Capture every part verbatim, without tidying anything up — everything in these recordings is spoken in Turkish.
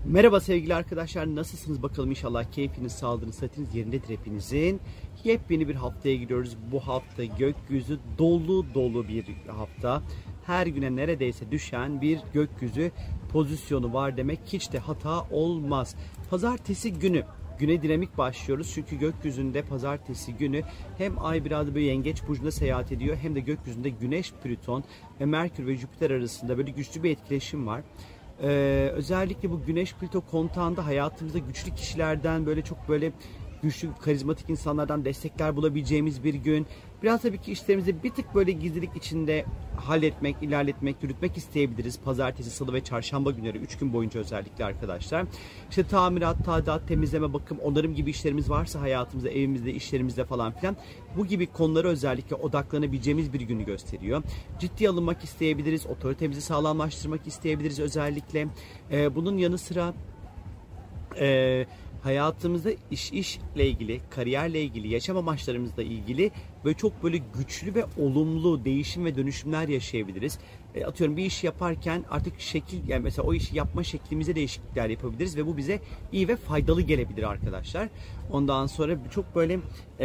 Merhaba sevgili arkadaşlar, nasılsınız bakalım? İnşallah keyfiniz, sağlığınız, sıhhatiniz yerindedir hepinizin. Yepyeni bir haftaya giriyoruz. Bu hafta gökyüzü dolu dolu bir hafta. Her güne neredeyse düşen bir gökyüzü pozisyonu var demek hiç de hata olmaz. Pazartesi günü güne dinamik başlıyoruz çünkü gökyüzünde pazartesi günü hem ay biraz da böyle yengeç burcunda seyahat ediyor hem de gökyüzünde Güneş, Plüton ve Merkür ve Jüpiter arasında böyle güçlü bir etkileşim var. Ee, özellikle bu Güneş Plüto kontağında hayatımızda güçlü kişilerden böyle çok böyle güçlü karizmatik insanlardan destekler bulabileceğimiz bir gün. Biraz tabii ki işlerimizi bir tık böyle gizlilik içinde halletmek, ilerletmek, yürütmek isteyebiliriz. Pazartesi, salı ve çarşamba günleri üç gün boyunca özellikle arkadaşlar. İşte tamirat, tadilat, temizleme, bakım, onarım gibi işlerimiz varsa hayatımızda, evimizde, işlerimizde falan filan bu gibi konulara özellikle odaklanabileceğimiz bir günü gösteriyor. Ciddi alınmak isteyebiliriz, otoritemizi sağlamlaştırmak isteyebiliriz özellikle. Ee, bunun yanı sıra Ee, hayatımızda iş işle ilgili, kariyerle ilgili, yaşam amaçlarımızla ilgili böyle çok böyle güçlü ve olumlu değişim ve dönüşümler yaşayabiliriz. E, atıyorum bir iş yaparken artık şekil, yani mesela o işi yapma şeklimize değişiklikler yapabiliriz ve bu bize iyi ve faydalı gelebilir arkadaşlar. Ondan sonra çok böyle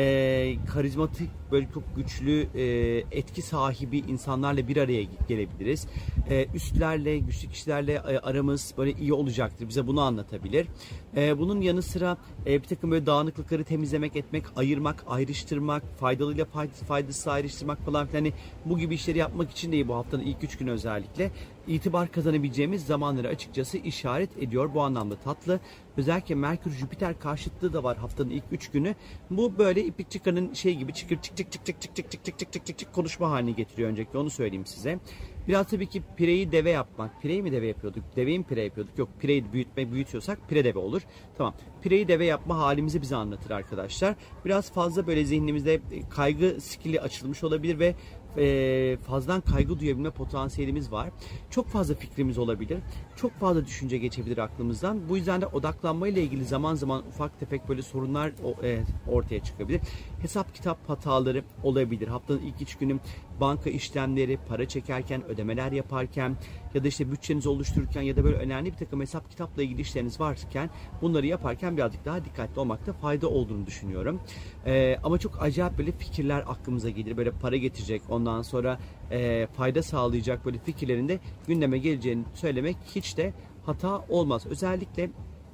e, karizmatik, böyle çok güçlü e, etki sahibi insanlarla bir araya gelebiliriz. E, üstlerle, güçlü kişilerle e, aramız böyle iyi olacaktır. Bize bunu anlatabilir. E, bunun yanı sıra e, bir takım böyle dağınıklıkları temizlemek, etmek, ayırmak, ayrıştırmak, faydalıyla faydasız ayrıştırmak falan filan, hani bu gibi işleri yapmak için de bu haftanın ilk üç gün özellikle itibar kazanabileceğimiz zamanları açıkçası işaret ediyor. Bu anlamda tatlı. Özellikle Merkür Jüpiter karşıtlığı da var haftanın ilk üç günü. Bu böyle iplik çıkanın şey gibi çıkır çık çık çık çık çık çık çık çık çık çık çık çık konuşma haline getiriyor, öncelikle onu söyleyeyim size. Biraz tabii ki pireyi deve yapmak. Pireyi mi deve yapıyorduk? Deveyi mi pire yapıyorduk? Yok, pireyi büyütme büyütüyorsak pire deve olur. Tamam. Pireyi deve yapma halimizi bize anlatır arkadaşlar. Biraz fazla böyle zihnimizde kaygı skili açılmış olabilir ve e, fazladan kaygı duyabilme potansiyelimiz var. Çok fazla fikrimiz olabilir. Çok fazla düşünce geçebilir aklımızdan. Bu yüzden de odaklanmayla ilgili zaman zaman ufak tefek böyle sorunlar e, ortaya çıkabilir. Hesap kitap hataları olabilir. Haftanın ilk üç günü banka işlemleri, para çekerken, ödemeler yaparken ya da işte bütçenizi oluştururken ya da böyle önemli bir takım hesap kitapla ilgili işleriniz varken bunları yaparken birazcık daha dikkatli olmakta fayda olduğunu düşünüyorum. Ee, ama çok acayip böyle fikirler aklımıza gelir. Böyle para getirecek, ondan sonra e, fayda sağlayacak böyle fikirlerin de gündeme geleceğini söylemek hiç de hata olmaz. Özellikle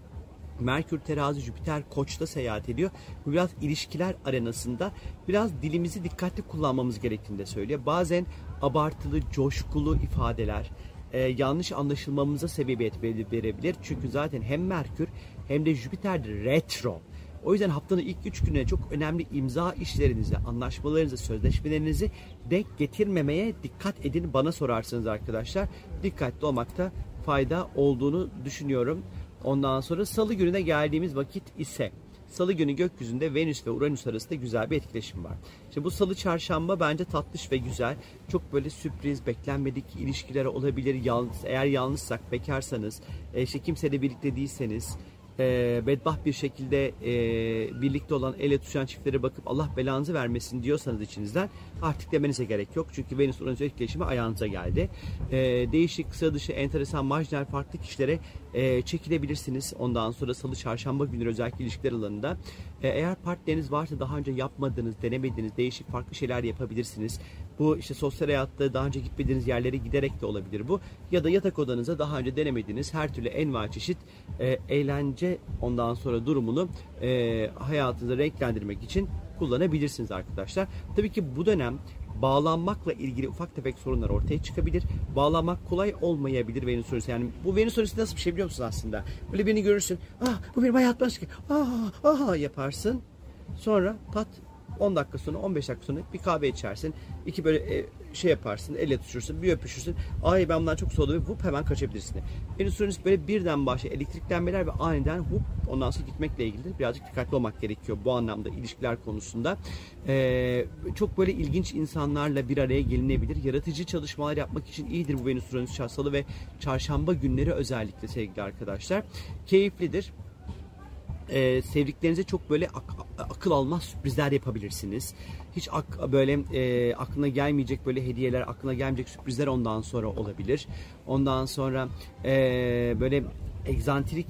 Merkür Terazi, Jüpiter Koç'ta seyahat ediyor. Bu biraz ilişkiler arenasında biraz dilimizi dikkatli kullanmamız gerektiğini de söylüyor. Bazen abartılı, coşkulu ifadeler e, yanlış anlaşılmamıza sebebiyet verebilir. Çünkü zaten hem Merkür hem de Jüpiter retro. O yüzden haftanın ilk üç gününe çok önemli imza işlerinizi, anlaşmalarınızı, sözleşmelerinizi denk getirmemeye dikkat edin. Bana sorarsanız arkadaşlar, dikkatli olmakta fayda olduğunu düşünüyorum. Ondan sonra salı gününe geldiğimiz vakit ise salı günü gökyüzünde Venüs ve Uranüs arasında güzel bir etkileşim var. İşte bu salı çarşamba bence tatlış ve güzel. Çok böyle sürpriz, beklenmedik ilişkiler olabilir. Yalnız, eğer yalnızsak, bekarsanız, işte kimseyle birlikte değilseniz, E, bedbaht bir şekilde e, birlikte olan, ele tutuşan çiftlere bakıp Allah belanızı vermesin diyorsanız içinizden artık demenize gerek yok. Çünkü Venüs Uranüs etkileşimi ayağınıza geldi. E, değişik, kısa dışı, enteresan, marjinal, farklı kişilere e, çekilebilirsiniz. Ondan sonra salı çarşamba günleri özellikle ilişkiler alanında. E, eğer partneriniz varsa daha önce yapmadığınız, denemediğiniz değişik farklı şeyler yapabilirsiniz. Bu işte sosyal hayatta daha önce gitmediğiniz yerlere giderek de olabilir bu. Ya da yatak odanıza daha önce denemediğiniz her türlü envai çeşit e, eğlence, ondan sonra durumunu e, hayatınızda renklendirmek için kullanabilirsiniz arkadaşlar. Tabii ki bu dönem bağlanmakla ilgili ufak tefek sorunlar ortaya çıkabilir. Bağlanmak kolay olmayabilir Venüs Uranüs. Yani bu Venüs Uranüs nasıl bir şey biliyor musunuz aslında? Böyle birini görürsün. Ah, bu benim hayatım aşkı. Ah, ah yaparsın. Sonra pat on dakika sonra, on beş dakika sonra bir kahve içersin. İki böyle e, şey yaparsın, elle tutuşursun, bir öpüşürsün. Ay ben bundan çok soğudum ve vup hemen kaçabilirsin. Venüs Uranüs böyle birden başlıyor. Elektriklenmeler ve aniden vup ondan sonra gitmekle ilgili birazcık dikkatli olmak gerekiyor bu anlamda ilişkiler konusunda. Ee, çok böyle ilginç insanlarla bir araya gelinebilir. Yaratıcı çalışmalar yapmak için iyidir bu Venüs Uranüs salı ve çarşamba günleri özellikle sevgili arkadaşlar. Keyiflidir. Ee, sevdiklerinize çok böyle ak akıl almaz sürprizler yapabilirsiniz. Hiç ak böyle e, aklına gelmeyecek böyle hediyeler, aklına gelmeyecek sürprizler ondan sonra olabilir. Ondan sonra e, böyle egzantrik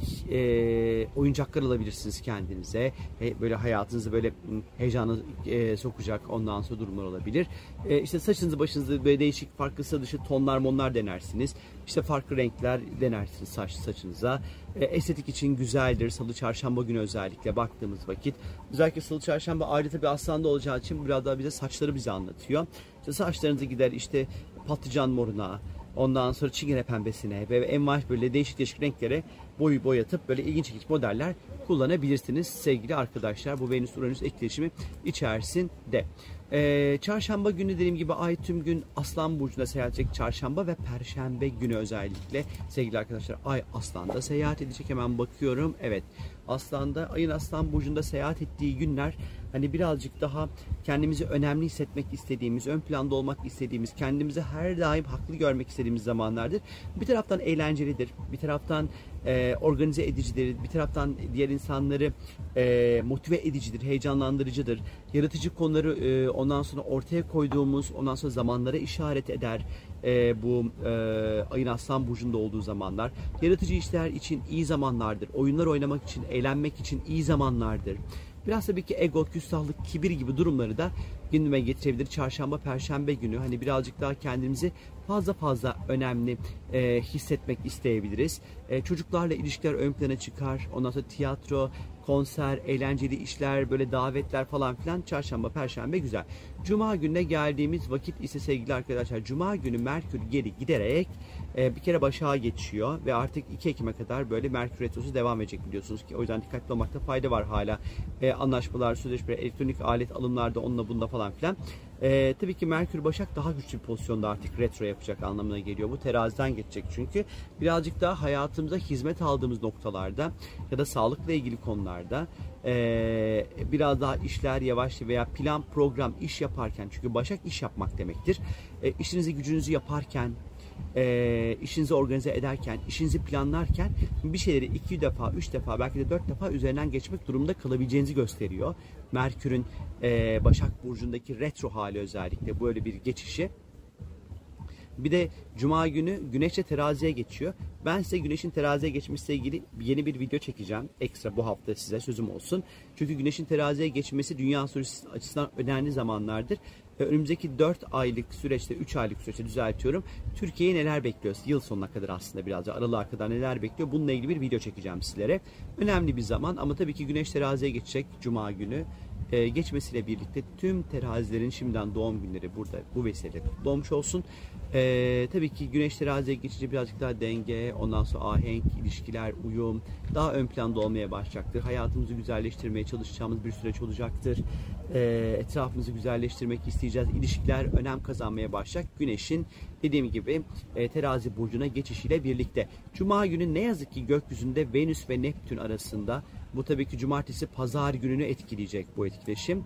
e, oyuncaklar alabilirsiniz kendinize. He, böyle hayatınızı böyle heyecanı e, sokacak ondan sonra durumlar olabilir. E, işte saçınızı başınızı böyle değişik farklı sıra dışı tonlar monlar denersiniz. İşte farklı renkler denersiniz saç saçınıza. E, estetik için güzeldir. Salı çarşamba günü özellikle baktığımız vakit. Özellikle salı çarşamba ayrıca bir aslanda olacağı için biraz daha bize saçları bize anlatıyor. İşte saçlarınızı gider işte patlıcan moruna, ondan sonra çingene pembesine ve envai böyle değişik değişik renklere boyu boyatıp böyle ilginç ilginç modeller kullanabilirsiniz sevgili arkadaşlar. Bu Venüs-Uranüs etkileşimi içerisinde. Ee, çarşamba günü dediğim gibi ay tüm gün Aslan Burcu'nda seyahat edecek. Çarşamba ve Perşembe günü özellikle sevgili arkadaşlar ay Aslan'da seyahat edecek. Hemen bakıyorum. Evet, Aslan'da, ayın Aslan Burcu'nda seyahat ettiği günler hani birazcık daha kendimizi önemli hissetmek istediğimiz, ön planda olmak istediğimiz, kendimizi her daim haklı görmek istediğimiz zamanlardır. Bir taraftan eğlencelidir, bir taraftan e, organize edicidir, bir taraftan diğer insanları e, motive edicidir, heyecanlandırıcıdır. Yaratıcı konuları e, ondan sonra ortaya koyduğumuz, ondan sonra zamanlara işaret eder. E, bu e, ayın Aslan Burcu'nda olduğu zamanlar. Yaratıcı işler için iyi zamanlardır. Oyunlar oynamak için, eğlenmek için iyi zamanlardır. Biraz tabii ki ego, küstahlık, kibir gibi durumları da gündeme getirebilir. Çarşamba, Perşembe günü hani birazcık daha kendimizi fazla fazla önemli e, hissetmek isteyebiliriz. E, çocuklarla ilişkiler ön plana çıkar. Ondan sonra tiyatro, konser, eğlenceli işler, böyle davetler falan filan çarşamba, perşembe güzel. Cuma gününe geldiğimiz vakit ise sevgili arkadaşlar, Cuma günü Merkür geri giderek e, bir kere Başak'a geçiyor ve artık iki Ekim'e kadar böyle Merkür retrosu devam edecek biliyorsunuz ki. O yüzden dikkatli olmakta fayda var hala. E, anlaşmalar, sözleşmeler, elektronik alet alımlarda onunla bunda falan filan. Ee, tabii ki Merkür Başak daha güçlü bir pozisyonda artık retro yapacak anlamına geliyor. Bu teraziden geçecek çünkü birazcık daha hayatımıza hizmet aldığımız noktalarda ya da sağlıkla ilgili konularda ee, biraz daha işler yavaş veya plan program iş yaparken, çünkü Başak iş yapmak demektir. E, işinizi gücünüzü yaparken, E, işinizi organize ederken, işinizi planlarken bir şeyleri iki defa, üç defa, belki de dört defa üzerinden geçmek durumunda kalabileceğinizi gösteriyor. Merkür'ün e, Başak Burcu'ndaki retro hali özellikle böyle bir geçişi. Bir de Cuma günü Güneş'e teraziye geçiyor. Ben size Güneş'in teraziye geçmesiyle ilgili yeni bir video çekeceğim. Ekstra bu hafta size sözüm olsun. Çünkü Güneş'in teraziye geçmesi dünya astrolojisi açısından önemli zamanlardır. Önümüzdeki dört aylık süreçte, üç aylık süreçte düzeltiyorum. Türkiye'yi neler bekliyor? Yıl sonuna kadar aslında biraz da aralığa kadar neler bekliyor? Bununla ilgili bir video çekeceğim sizlere. Önemli bir zaman ama tabii ki Güneş teraziye geçecek Cuma günü. Ee, geçmesiyle birlikte tüm terazilerin şimdiden doğum günleri burada bu vesileyle kutlu olsun. Ee, tabii ki Güneş teraziye geçince birazcık daha denge, ondan sonra ahenk, ilişkiler, uyum daha ön planda olmaya başlayacaktır. Hayatımızı güzelleştirmeye çalışacağımız bir süreç olacaktır. Ee, etrafımızı güzelleştirmek isteyeceğiz. İlişkiler önem kazanmaya başlayacak. Güneş'in dediğim gibi e, terazi burcuna geçişiyle birlikte. Cuma günü ne yazık ki gökyüzünde Venüs ve Neptün arasında, bu tabii ki cumartesi pazar gününü etkileyecek bu etkileşim.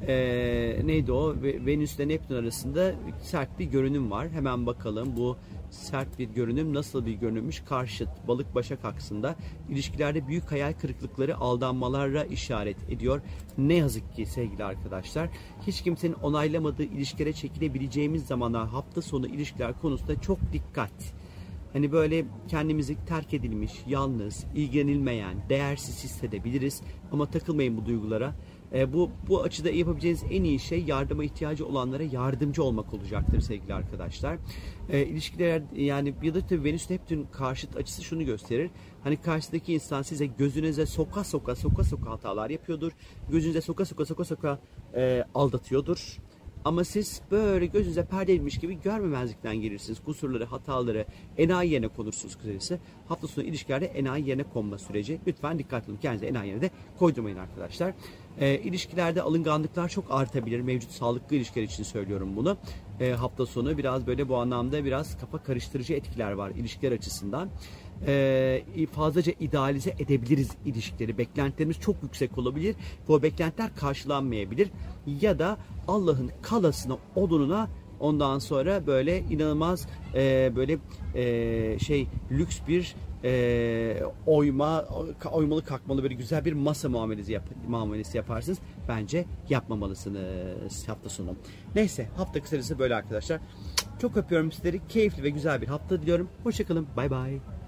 Ee, neydi o? Venüs ile Neptün arasında sert bir görünüm var. Hemen bakalım bu sert bir görünüm nasıl bir görünümmüş? Karşıt Balık Başak aksında ilişkilerde büyük hayal kırıklıkları, aldanmalara işaret ediyor. Ne yazık ki sevgili arkadaşlar, hiç kimsenin onaylamadığı ilişkilere çekilebileceğimiz zamanlar, hafta sonu ilişkiler konusunda çok dikkat. Hani böyle kendimizi terk edilmiş, yalnız, ilgilenilmeyen, değersiz hissedebiliriz. Ama takılmayın bu duygulara. E, bu, bu açıda yapabileceğiniz en iyi şey yardıma ihtiyacı olanlara yardımcı olmak olacaktır sevgili arkadaşlar. E, ilişkiler yani ya da tabii Venüs Neptün karşıt açısı şunu gösterir. Hani karşıdaki insan size gözünüze soka soka soka soka hatalar yapıyordur. Gözünüze soka soka soka soka e, aldatıyordur. Ama siz böyle gözünüze perdeliymiş gibi görmemezlikten gelirsiniz. Kusurları, hataları enayi yerine konursunuz kısacası. Hafta sonu ilişkilerde enayi yerine konma süreci. Lütfen dikkatli olun. Kendinize enayi yerine de koydurmayın arkadaşlar. E, ilişkilerde alınganlıklar çok artabilir. Mevcut sağlıklı ilişkiler için söylüyorum bunu. E, hafta sonu biraz böyle bu anlamda biraz kafa karıştırıcı etkiler var ilişkiler açısından. Ee, fazlaca idealize edebiliriz ilişkileri. Beklentilerimiz çok yüksek olabilir. Bu beklentiler karşılanmayabilir. Ya da Allah'ın kalasına, odununa ondan sonra böyle inanılmaz e, böyle e, şey lüks bir e, oyma, oymalı kalkmalı böyle güzel bir masa muamelesi, yap, muamelesi yaparsınız. Bence yapmamalısınız hafta sonu. Neyse, hafta kısacası böyle arkadaşlar. Çok öpüyorum sizleri. Keyifli ve güzel bir hafta diliyorum. Hoşçakalın. Bay bay.